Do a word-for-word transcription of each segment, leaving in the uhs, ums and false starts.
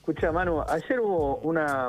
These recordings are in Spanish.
Escucha, Manu, ayer hubo una,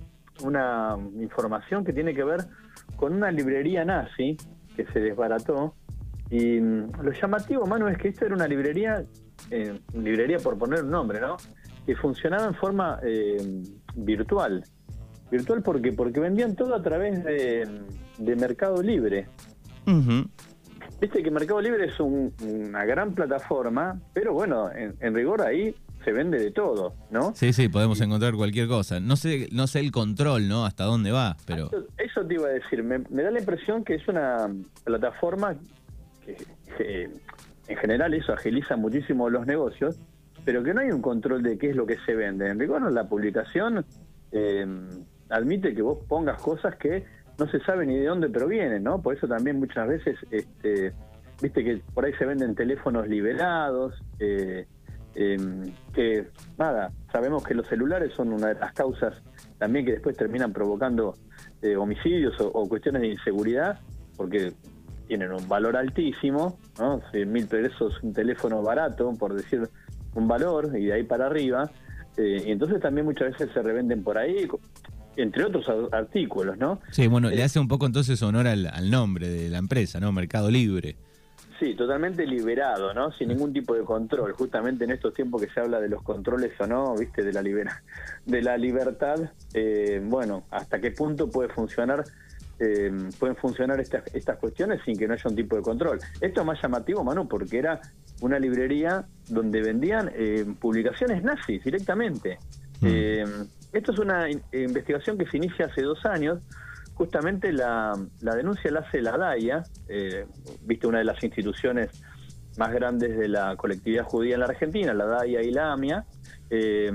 una información que tiene que ver con una librería nazi que se desbarató. Y lo llamativo, Manu, es que esta era una librería, eh, librería por poner un nombre, ¿no? Que funcionaba en forma eh, virtual. Virtual porque porque vendían todo a través de, de Mercado Libre. Uh-huh. Viste que Mercado Libre es un, una gran plataforma, pero bueno, en, en rigor ahí se vende de todo, ¿no? Sí, sí, podemos encontrar cualquier cosa. No sé, no sé el control, ¿no? Hasta dónde va, pero... Eso, eso te iba a decir. Me, me da la impresión que es una plataforma que, que en general eso agiliza muchísimo los negocios, pero que no hay un control de qué es lo que se vende. En rigor, la publicación eh, admite que vos pongas cosas que no se sabe ni de dónde provienen, ¿no? Por eso también muchas veces, este, viste que por ahí se venden teléfonos liberados, eh, eh, que nada, sabemos que los celulares son una de las causas también que después terminan provocando eh, homicidios o, o cuestiones de inseguridad, porque tienen un valor altísimo, ¿no? cien mil pesos un teléfono barato, por decir un valor, y de ahí para arriba, eh, y entonces también muchas veces se revenden por ahí, entre otros artículos, ¿no? Sí, bueno, eh, le hace un poco entonces honor al, al nombre de la empresa, ¿no? Mercado Libre. Sí, totalmente liberado, ¿no? Sin ningún tipo de control. Justamente en estos tiempos que se habla de los controles o no, ¿viste? De la libera, de la libertad, eh, bueno, ¿hasta qué punto puede funcionar eh, pueden funcionar estas estas cuestiones sin que no haya un tipo de control? Esto es más llamativo, Manu, porque era una librería donde vendían eh, publicaciones nazis directamente. Mm. Eh, esto es una in- investigación que se inicia hace dos años. Justamente la, la denuncia la hace la DAIA, eh, viste, una de las instituciones más grandes de la colectividad judía en la Argentina, la DAIA y la AMIA, eh,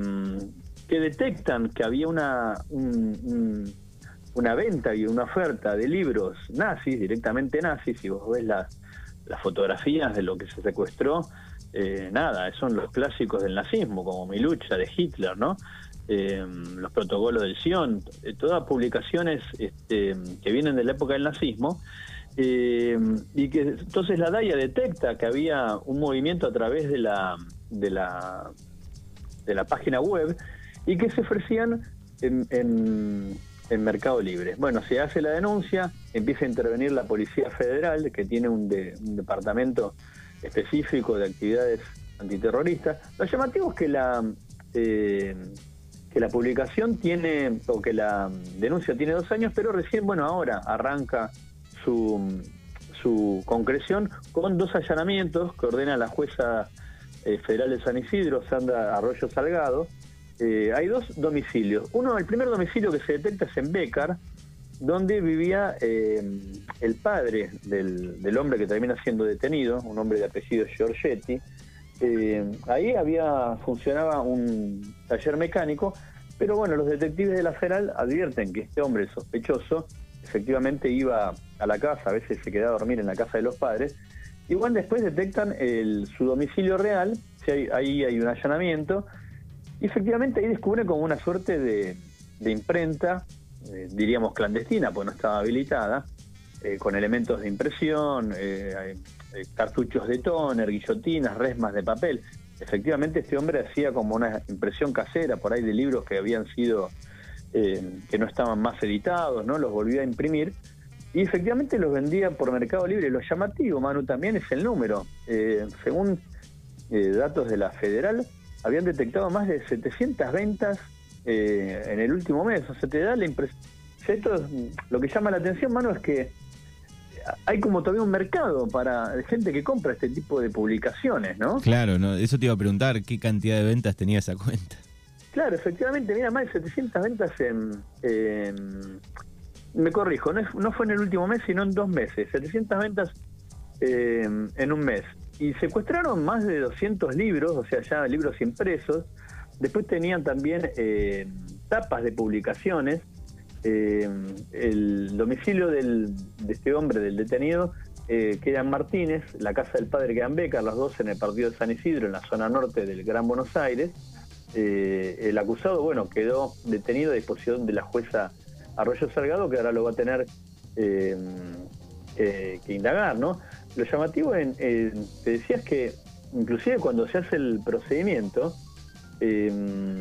que detectan que había una, un, un, una venta y una oferta de libros nazis, directamente nazis. Si vos ves las, las fotografías de lo que se secuestró, eh, nada, son los clásicos del nazismo, como Mi lucha de Hitler, ¿no? Eh, los protocolos del Sion, eh, todas publicaciones este, que vienen de la época del nazismo, eh, y que entonces la DAIA detecta que había un movimiento a través de la de la de la página web y que se ofrecían en, en, en Mercado Libre. Bueno, se hace la denuncia, empieza a intervenir la Policía Federal, que tiene un, de, un departamento específico de actividades antiterroristas. Lo llamativo es que la eh, que la publicación tiene, o que la denuncia tiene dos años, pero recién, bueno, ahora arranca su, su concreción con dos allanamientos que ordena la jueza eh, federal de San Isidro, Sandra Arroyo Salgado. Eh, hay dos domicilios. Uno, el primer domicilio que se detecta es en Bécar, donde vivía eh, el padre del, del hombre que termina siendo detenido, un hombre de apellido Giorgetti. Eh, ahí había funcionaba un taller mecánico, pero bueno, los detectives de la Federal advierten que este hombre sospechoso efectivamente iba a la casa, a veces se quedaba a dormir en la casa de los padres. Igual después detectan el, su domicilio real, si hay, ahí hay un allanamiento, y efectivamente ahí descubren como una suerte de, de imprenta, eh, diríamos clandestina, pues no estaba habilitada, eh, con elementos de impresión, eh, eh, cartuchos de tóner, guillotinas, resmas de papel. Efectivamente este hombre hacía como una impresión casera por ahí de libros que habían sido, eh, que no estaban más editados, ¿no? Los volvía a imprimir y efectivamente los vendía por Mercado Libre. Lo llamativo, Manu, también es el número. Eh, según eh, datos de la Federal, habían detectado más de setecientas ventas eh, en el último mes. O sea, te da la impresión... Esto es, lo que llama la atención, Manu, es que hay como todavía un mercado para gente que compra este tipo de publicaciones, ¿no? Claro, no, eso te iba a preguntar, ¿qué cantidad de ventas tenía esa cuenta? Claro, efectivamente, mira, más de setecientas ventas en... en me corrijo, no, es, no fue en el último mes, sino en dos meses. setecientas ventas eh, en un mes. Y secuestraron más de doscientos libros, o sea, ya libros impresos. Después tenían también eh, tapas de publicaciones. Eh, el domicilio del, de este hombre, del detenido, eh, queda en Martínez, la casa del padre queda en Bécar, los dos en el partido de San Isidro, en la zona norte del Gran Buenos Aires. Eh, el acusado, bueno, quedó detenido a disposición de la jueza Arroyo Salgado, que ahora lo va a tener eh, eh, que indagar, ¿no? Lo llamativo, en, eh, te decías que inclusive cuando se hace el procedimiento, eh, está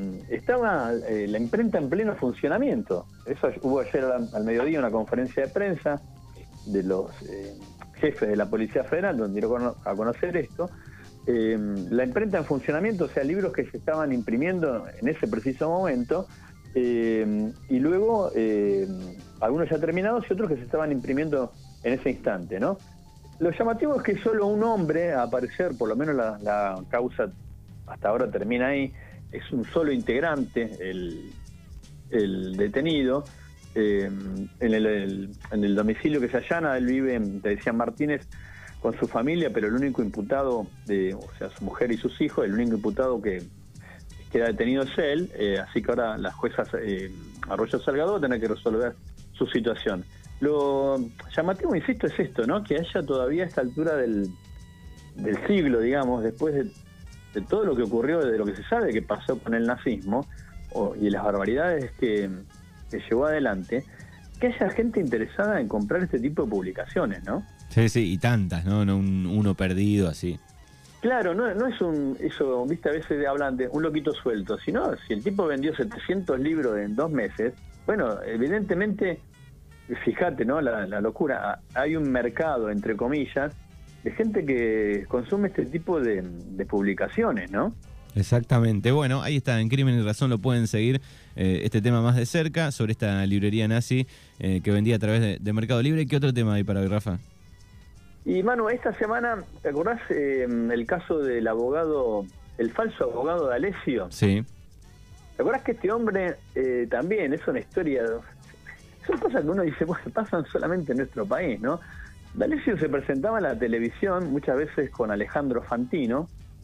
estaba eh, la imprenta en pleno funcionamiento. Eso hubo ayer al, al mediodía una conferencia de prensa de los eh, jefes de la Policía Federal, donde dieron a conocer esto. Eh, la imprenta en funcionamiento, o sea, libros que se estaban imprimiendo en ese preciso momento, eh, y luego eh, algunos ya terminados y otros que se estaban imprimiendo en ese instante, ¿no? Lo llamativo es que solo un hombre, a aparecer, por lo menos la, la causa hasta ahora termina ahí, es un solo integrante, el, el detenido, eh, en, el, el, en el domicilio que se allana. Él vive, te decía Martínez, con su familia, pero el único imputado, de, o sea, su mujer y sus hijos, el único imputado que queda detenido es él, eh, así que ahora la jueza eh, Arroyo Salgado va a tener que resolver su situación. Lo llamativo, insisto, es esto, ¿no? Que haya todavía a esta altura del, del siglo, digamos, después de, de todo lo que ocurrió, de lo que se sabe que pasó con el nazismo o, y las barbaridades que, que llevó adelante, que haya gente interesada en comprar este tipo de publicaciones, ¿no? Sí, sí, y tantas, ¿no? No un, uno perdido así. Claro, no, no es un, eso, viste, a veces hablan de un loquito suelto, sino si el tipo vendió setecientos libros en dos meses, bueno, evidentemente, fíjate, ¿no? La, la locura, hay un mercado, entre comillas, de gente que consume este tipo de, de publicaciones, ¿no? Exactamente. Bueno, ahí está, en Crimen y Razón lo pueden seguir, eh, este tema más de cerca, sobre esta librería nazi eh, que vendía a través de, de Mercado Libre. ¿Qué otro tema hay para hoy, Rafa? Y Manu, esta semana, ¿te acordás eh, el caso del abogado, el falso abogado de Alessio? Sí. ¿Te acordás que este hombre eh, también es una historia, son cosas que uno dice, bueno, pasan solamente en nuestro país, ¿no? D'Alessio se presentaba en la televisión muchas veces con Alejandro Fantino,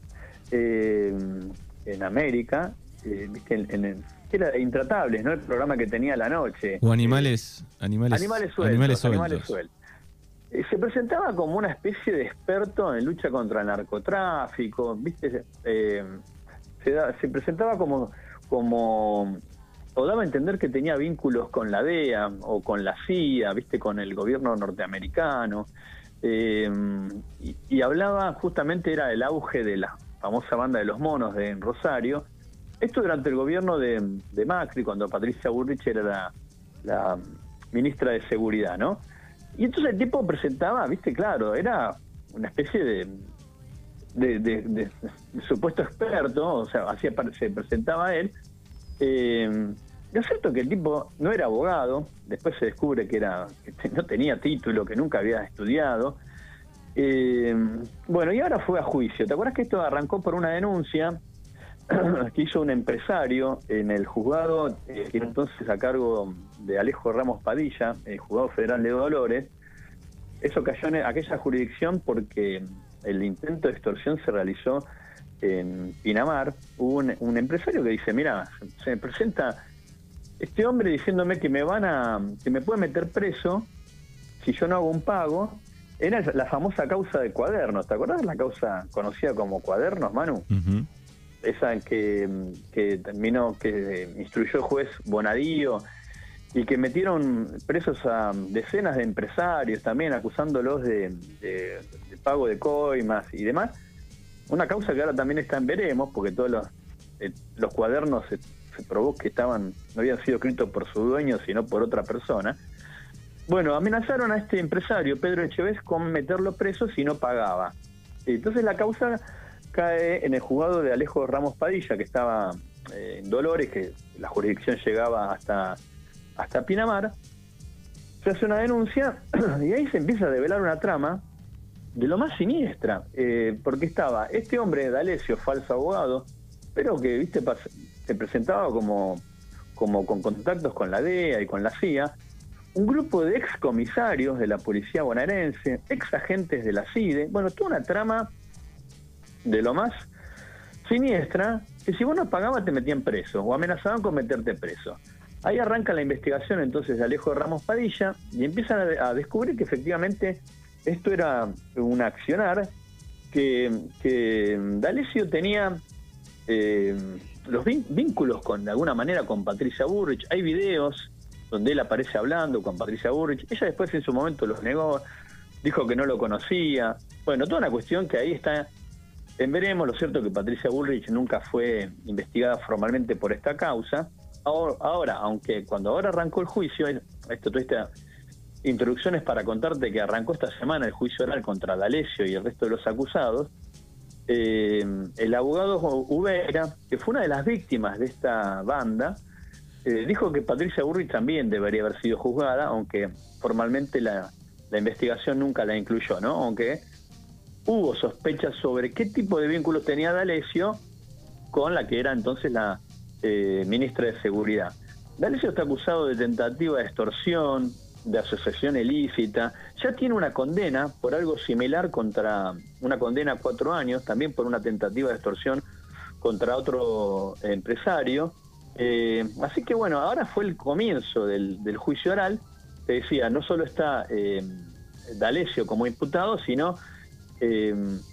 eh, en América, eh, ¿viste? En, en, que era Intratables, ¿no? El programa que tenía a la noche. O animales, eh, animales, animales sueltos. Animales sueltos. Animales sueltos. Eh, se presentaba como una especie de experto en lucha contra el narcotráfico, ¿viste? Eh, se, da, se presentaba como, como, o daba a entender que tenía vínculos con la D E A o con la C I A, ¿viste? Con el gobierno norteamericano. Eh, y, y hablaba, justamente era el auge de la famosa banda de los monos de en Rosario. Esto durante el gobierno de, de Macri, cuando Patricia Bullrich era la, la ministra de Seguridad, ¿no? Y entonces el tipo presentaba, viste, claro, era una especie de, de, de, de, de supuesto experto, o sea, así se presentaba él. Eh, lo cierto es que el tipo no era abogado, después se descubre que, era, que no tenía título, que nunca había estudiado. Eh, bueno, y ahora fue a juicio. ¿Te acuerdas que esto arrancó por una denuncia que hizo un empresario en el juzgado, eh, que era entonces a cargo de Alejo Ramos Padilla, el juzgado federal de Dolores? Eso cayó en aquella jurisdicción porque el intento de extorsión se realizó en Pinamar. Hubo un, un empresario que dice, mira, se me presenta este hombre diciéndome que me van a, que me puede meter preso si yo no hago un pago. Era la famosa causa de Cuadernos. ¿Te acordás de la causa conocida como Cuadernos, Manu? Uh-huh. Esa que, que terminó, que instruyó el juez Bonadío y que metieron presos a decenas de empresarios también, acusándolos de, de, de pago de coimas y demás. Una causa que ahora también está en veremos, porque todos los, eh, los cuadernos se, se probó que estaban, no habían sido escritos por su dueño, sino por otra persona. Bueno, amenazaron a este empresario, Pedro Echevez, con meterlo preso si no pagaba. Entonces la causa cae en el juzgado de Alejo Ramos Padilla, que estaba eh, en Dolores, que la jurisdicción llegaba hasta, hasta Pinamar. Se hace una denuncia y ahí se empieza a develar una trama de lo más siniestra, eh, porque estaba este hombre, D'Alessio, falso abogado, pero que, viste, se presentaba como, como con contactos con la D E A y con la C I A, un grupo de ex comisarios de la policía bonaerense, ex agentes de la C I D E, bueno, toda una trama de lo más siniestra, que si vos no pagabas te metían preso o amenazaban con meterte preso. Ahí arranca la investigación entonces de Alejo Ramos Padilla y empiezan a, a descubrir que efectivamente esto era un accionar, que, que D'Alessio tenía eh, los vínculos con, de alguna manera, con Patricia Bullrich. Hay videos donde él aparece hablando con Patricia Bullrich. Ella después en su momento los negó, dijo que no lo conocía. Bueno, toda una cuestión que ahí está en veremos. Lo cierto es que Patricia Bullrich nunca fue investigada formalmente por esta causa. Ahora, ahora aunque cuando ahora arrancó el juicio, esto tuviste introducciones para contarte que arrancó esta semana el juicio oral contra D'Alessio y el resto de los acusados. Eh, el abogado Ubera, que fue una de las víctimas de esta banda, eh, dijo que Patricia Bullrich también debería haber sido juzgada, aunque formalmente la, la investigación nunca la incluyó, ¿no? Aunque hubo sospechas sobre qué tipo de vínculos tenía D'Alessio con la que era entonces la eh, ministra de Seguridad. D'Alessio está acusado de tentativa de extorsión, de asociación ilícita, ya tiene una condena por algo similar, contra una condena a cuatro años, también por una tentativa de extorsión contra otro empresario. Eh, así que bueno, ahora fue el comienzo del, del juicio oral. Te decía, no solo está eh, D'Alessio como imputado, sino eh,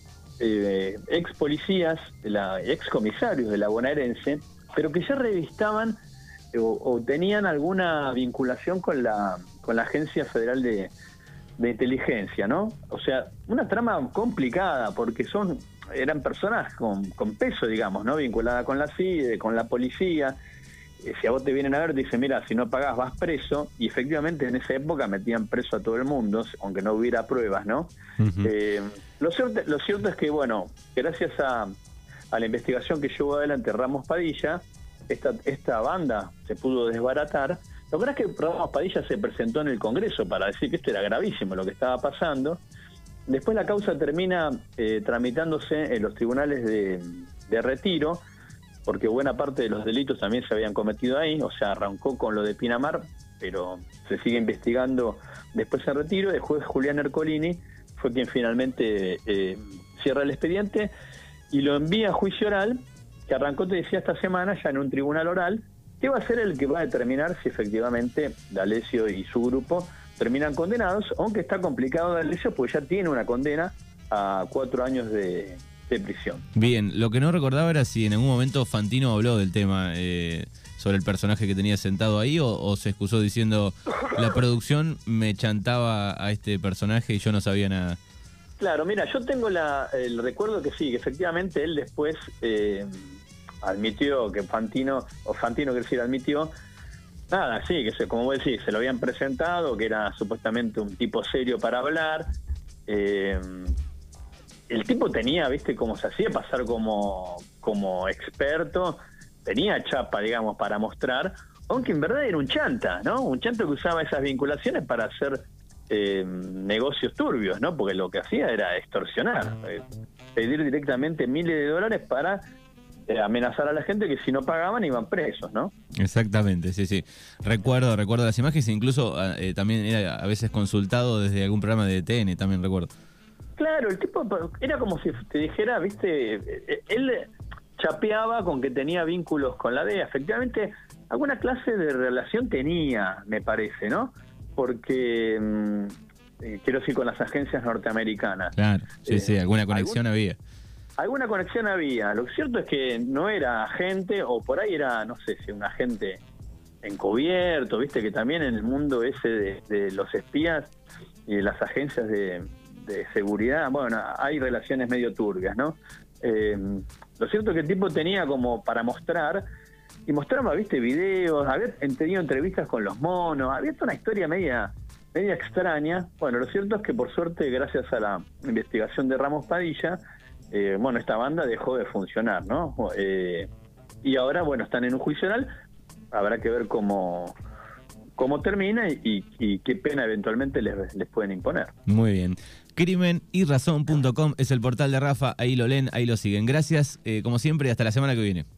eh, ex policías, la, ex comisarios de la bonaerense, pero que ya revistaban o, o tenían alguna vinculación con la con la Agencia Federal de, de Inteligencia, ¿no? O sea, una trama complicada, porque son eran personas con, con peso, digamos, ¿no? Vinculada con la C I D E, con la policía. Eh, si a vos te vienen a ver, te dicen, mira, si no pagás vas preso, y efectivamente en esa época metían preso a todo el mundo, aunque no hubiera pruebas, ¿no? Uh-huh. eh, lo, cierto, lo cierto es que, bueno, gracias a, a la investigación que llevó adelante Ramos Padilla, esta, esta banda se pudo desbaratar. Lo que pasa es que Ramos Padilla se presentó en el Congreso para decir que esto era gravísimo lo que estaba pasando. Después la causa termina eh, tramitándose en los tribunales de, de Retiro, porque buena parte de los delitos también se habían cometido ahí. O sea, arrancó con lo de Pinamar, pero se sigue investigando después en Retiro. El juez Julián Ercolini fue quien finalmente eh, cierra el expediente y lo envía a juicio oral, que arrancó, te decía, esta semana ya en un tribunal oral, que va a ser el que va a determinar si efectivamente D'Alessio y su grupo terminan condenados, aunque está complicado D'Alessio, pues ya tiene una condena a cuatro años de, de prisión. Bien, lo que no recordaba era si en algún momento Fantino habló del tema, eh, sobre el personaje que tenía sentado ahí, o, o se excusó diciendo, la producción me chantaba a este personaje y yo no sabía nada. Claro, mira, yo tengo la, el recuerdo que sí, que efectivamente él después... Eh, admitió que Fantino, o Fantino quiere decir, admitió, nada, sí, que se, como vos decís, se lo habían presentado, que era supuestamente un tipo serio para hablar. Eh, el tipo tenía, viste, como se hacía pasar como, como experto, tenía chapa, digamos, para mostrar, aunque en verdad era un chanta, ¿no? Un chanta que usaba esas vinculaciones para hacer eh, negocios turbios, ¿no? Porque lo que hacía era extorsionar, eh, pedir directamente miles de dólares para... Eh, amenazar a la gente que si no pagaban iban presos, ¿no? Exactamente, sí, sí. Recuerdo, recuerdo las imágenes, incluso eh, también era a veces consultado desde algún programa de T N, también recuerdo. Claro, el tipo era como si te dijera, viste, él chapeaba con que tenía vínculos con la D E A. Efectivamente, alguna clase de relación tenía, me parece, ¿no? Porque, eh, quiero decir, con las agencias norteamericanas. Claro, sí, eh, sí, alguna conexión algún... había. Alguna conexión había. Lo cierto es que no era agente, o por ahí era, no sé si un agente encubierto, viste que también en el mundo ese de, de los espías y de las agencias de, de seguridad, bueno, hay relaciones medio turbias, ¿no? Eh, lo cierto es que el tipo tenía como para mostrar, y mostraba, viste, videos, había tenido entrevistas con los monos, había toda una historia media, media extraña. Bueno, lo cierto es que por suerte, gracias a la investigación de Ramos Padilla, Eh, bueno, esta banda dejó de funcionar, ¿no? Eh, y ahora, bueno, están en un juicio oral, habrá que ver cómo, cómo termina y, y qué pena eventualmente les, les pueden imponer. Muy bien. crimen y razón punto com es el portal de Rafa, ahí lo leen, ahí lo siguen. Gracias, eh, como siempre, y hasta la semana que viene.